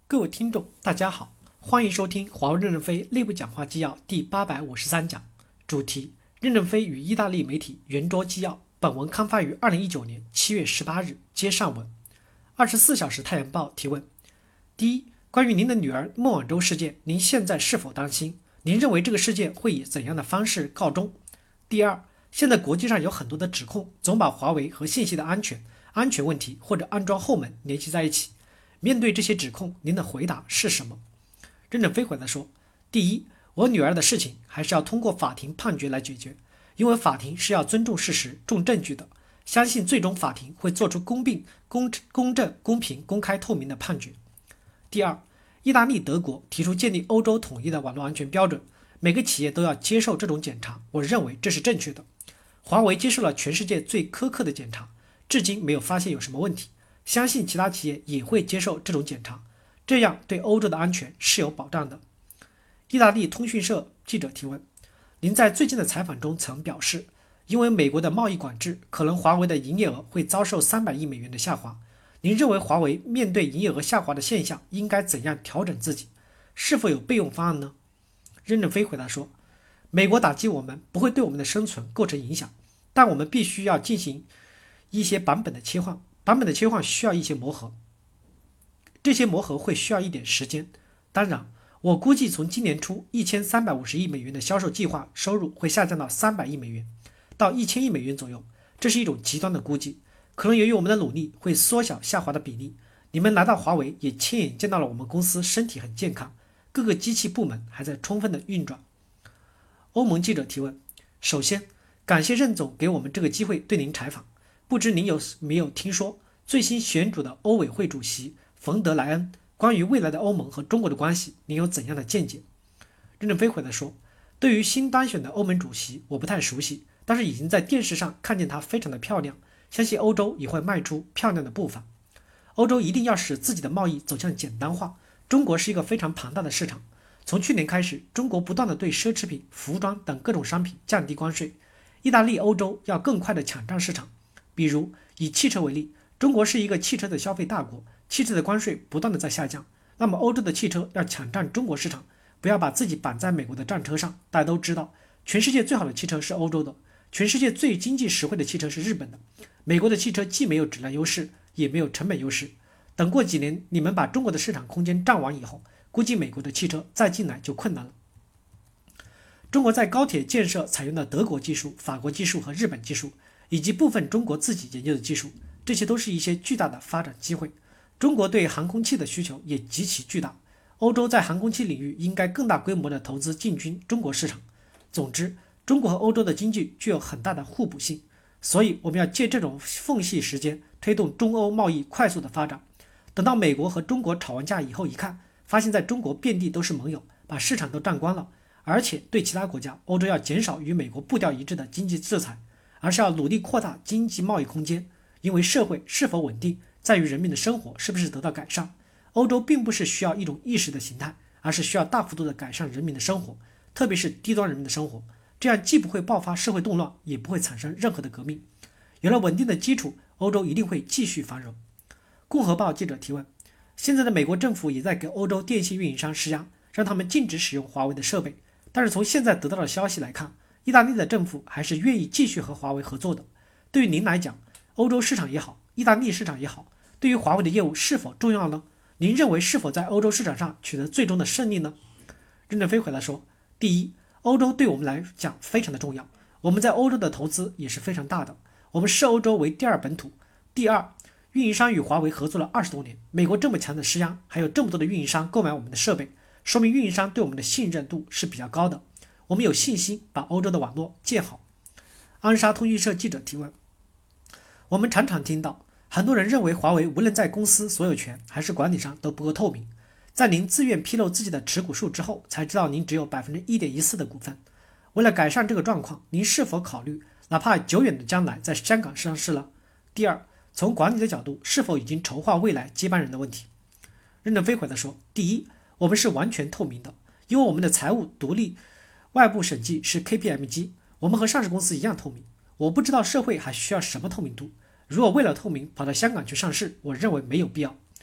各位听众，大家好，欢迎收听华为任正非内部讲话纪要第853讲，主题：任正非与意大利媒体圆桌纪要。本文刊发于2019年7月18日，接上文。24小时太阳报提问：第一，关于您的女儿孟晚舟事件，您现在是否担心？您认为这个事件会以怎样的方式告终？第二，现在国际上有很多的指控，总把华为和信息的安全问题或者安装后门联系在一起。面对这些指控，您的回答是什么？任正非回答说：第一，我女儿的事情还是要通过法庭判决来解决，因为法庭是要尊重事实、重证据的，相信最终法庭会做出公正、公平、公开、透明的判决。第二，意大利、德国提出建立欧洲统一的网络安全标准，每个企业都要接受这种检查，我认为这是正确的。华为接受了全世界最苛刻的检查，至今没有发现有什么问题。相信其他企业也会接受这种检查，这样对欧洲的安全是有保障的。意大利通讯社记者提问：您在最近的采访中曾表示，因为美国的贸易管制，可能华为的营业额会遭受300亿美元的下滑。您认为华为面对营业额下滑的现象，应该怎样调整自己？是否有备用方案呢？任正非回答说：美国打击我们不会对我们的生存构成影响，但我们必须要进行一些版本的切换。版本的切换需要一些磨合，这些磨合会需要一点时间。当然，我估计从今年初1350亿美元的销售计划收入会下降到300亿美元，到1000亿美元左右，这是一种极端的估计，可能由于我们的努力会缩小下滑的比例。你们来到华为也亲眼见到了我们公司身体很健康，各个机器部门还在充分的运转。欧盟记者提问：首先，感谢任总给我们这个机会对您采访。不知您有没有听说最新选主的欧委会主席冯德莱恩关于未来的欧盟和中国的关系，您有怎样的见解？任正非回答说：对于新当选的欧盟主席，我不太熟悉，但是已经在电视上看见她非常的漂亮，相信欧洲也会迈出漂亮的步伐。欧洲一定要使自己的贸易走向简单化，中国是一个非常庞大的市场。从去年开始，中国不断的对奢侈品、服装等各种商品降低关税，意大利、欧洲要更快的抢占市场。比如以汽车为例，中国是一个汽车的消费大国，汽车的关税不断的在下降，那么欧洲的汽车要抢占中国市场，不要把自己绑在美国的战车上。大家都知道，全世界最好的汽车是欧洲的，全世界最经济实惠的汽车是日本的。美国的汽车既没有质量优势，也没有成本优势。等过几年你们把中国的市场空间占完以后，估计美国的汽车再进来就困难了。中国在高铁建设采用了德国技术、法国技术和日本技术，以及部分中国自己研究的技术，这些都是一些巨大的发展机会。中国对航空器的需求也极其巨大，欧洲在航空器领域应该更大规模的投资进军中国市场。总之，中国和欧洲的经济具有很大的互补性，所以我们要借这种缝隙时间推动中欧贸易快速的发展。等到美国和中国吵完架以后一看，发现在中国遍地都是盟友，把市场都占光了，而且对其他国家，欧洲要减少与美国步调一致的经济制裁，而是要努力扩大经济贸易空间，因为社会是否稳定，在于人民的生活是不是得到改善。欧洲并不是需要一种意识的形态，而是需要大幅度的改善人民的生活，特别是低端人民的生活，这样既不会爆发社会动乱，也不会产生任何的革命。有了稳定的基础，欧洲一定会继续繁荣。共和报记者提问：现在的美国政府也在给欧洲电信运营商施压，让他们禁止使用华为的设备，但是从现在得到的消息来看，意大利的政府还是愿意继续和华为合作的。对于您来讲，欧洲市场也好，意大利市场也好，对于华为的业务是否重要呢？您认为是否在欧洲市场上取得最终的胜利呢？任正非回答说：第一，欧洲对我们来讲非常的重要，我们在欧洲的投资也是非常大的，我们视欧洲为第二本土。第二，运营商与华为合作了20多年，美国这么强的施压，还有这么多的运营商购买我们的设备，说明运营商对我们的信任度是比较高的，我们有信心把欧洲的网络建好。安莎通讯社记者提问：我们常常听到很多人认为华为无论在公司所有权还是管理上都不够透明，在您自愿披露自己的持股数之后，才知道您只有 1.14% 的股份。为了改善这个状况，您是否考虑哪怕久远的将来在香港上市了？第二，从管理的角度，是否已经筹划未来接班人的问题？任正非回答说：第一，我们是完全透明的，因为我们的财务独立，外部审计是 KPMG， 我们和上市公司一样透明。我不知道社会还需要什么透明度，如果为了透明跑到香港去上市，我认为没有必要。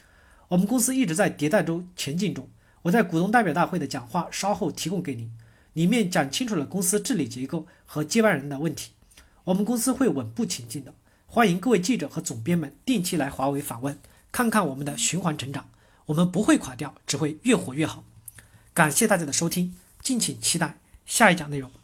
我们公司一直在迭代中前进中，我在股东代表大会的讲话稍后提供给您，里面讲清楚了公司治理结构和接班人的问题。我们公司会稳步前进的，欢迎各位记者和总编们定期来华为访问，看看我们的循环成长。我们不会垮掉，只会越活越好。感谢大家的收听，敬请期待下一讲内容。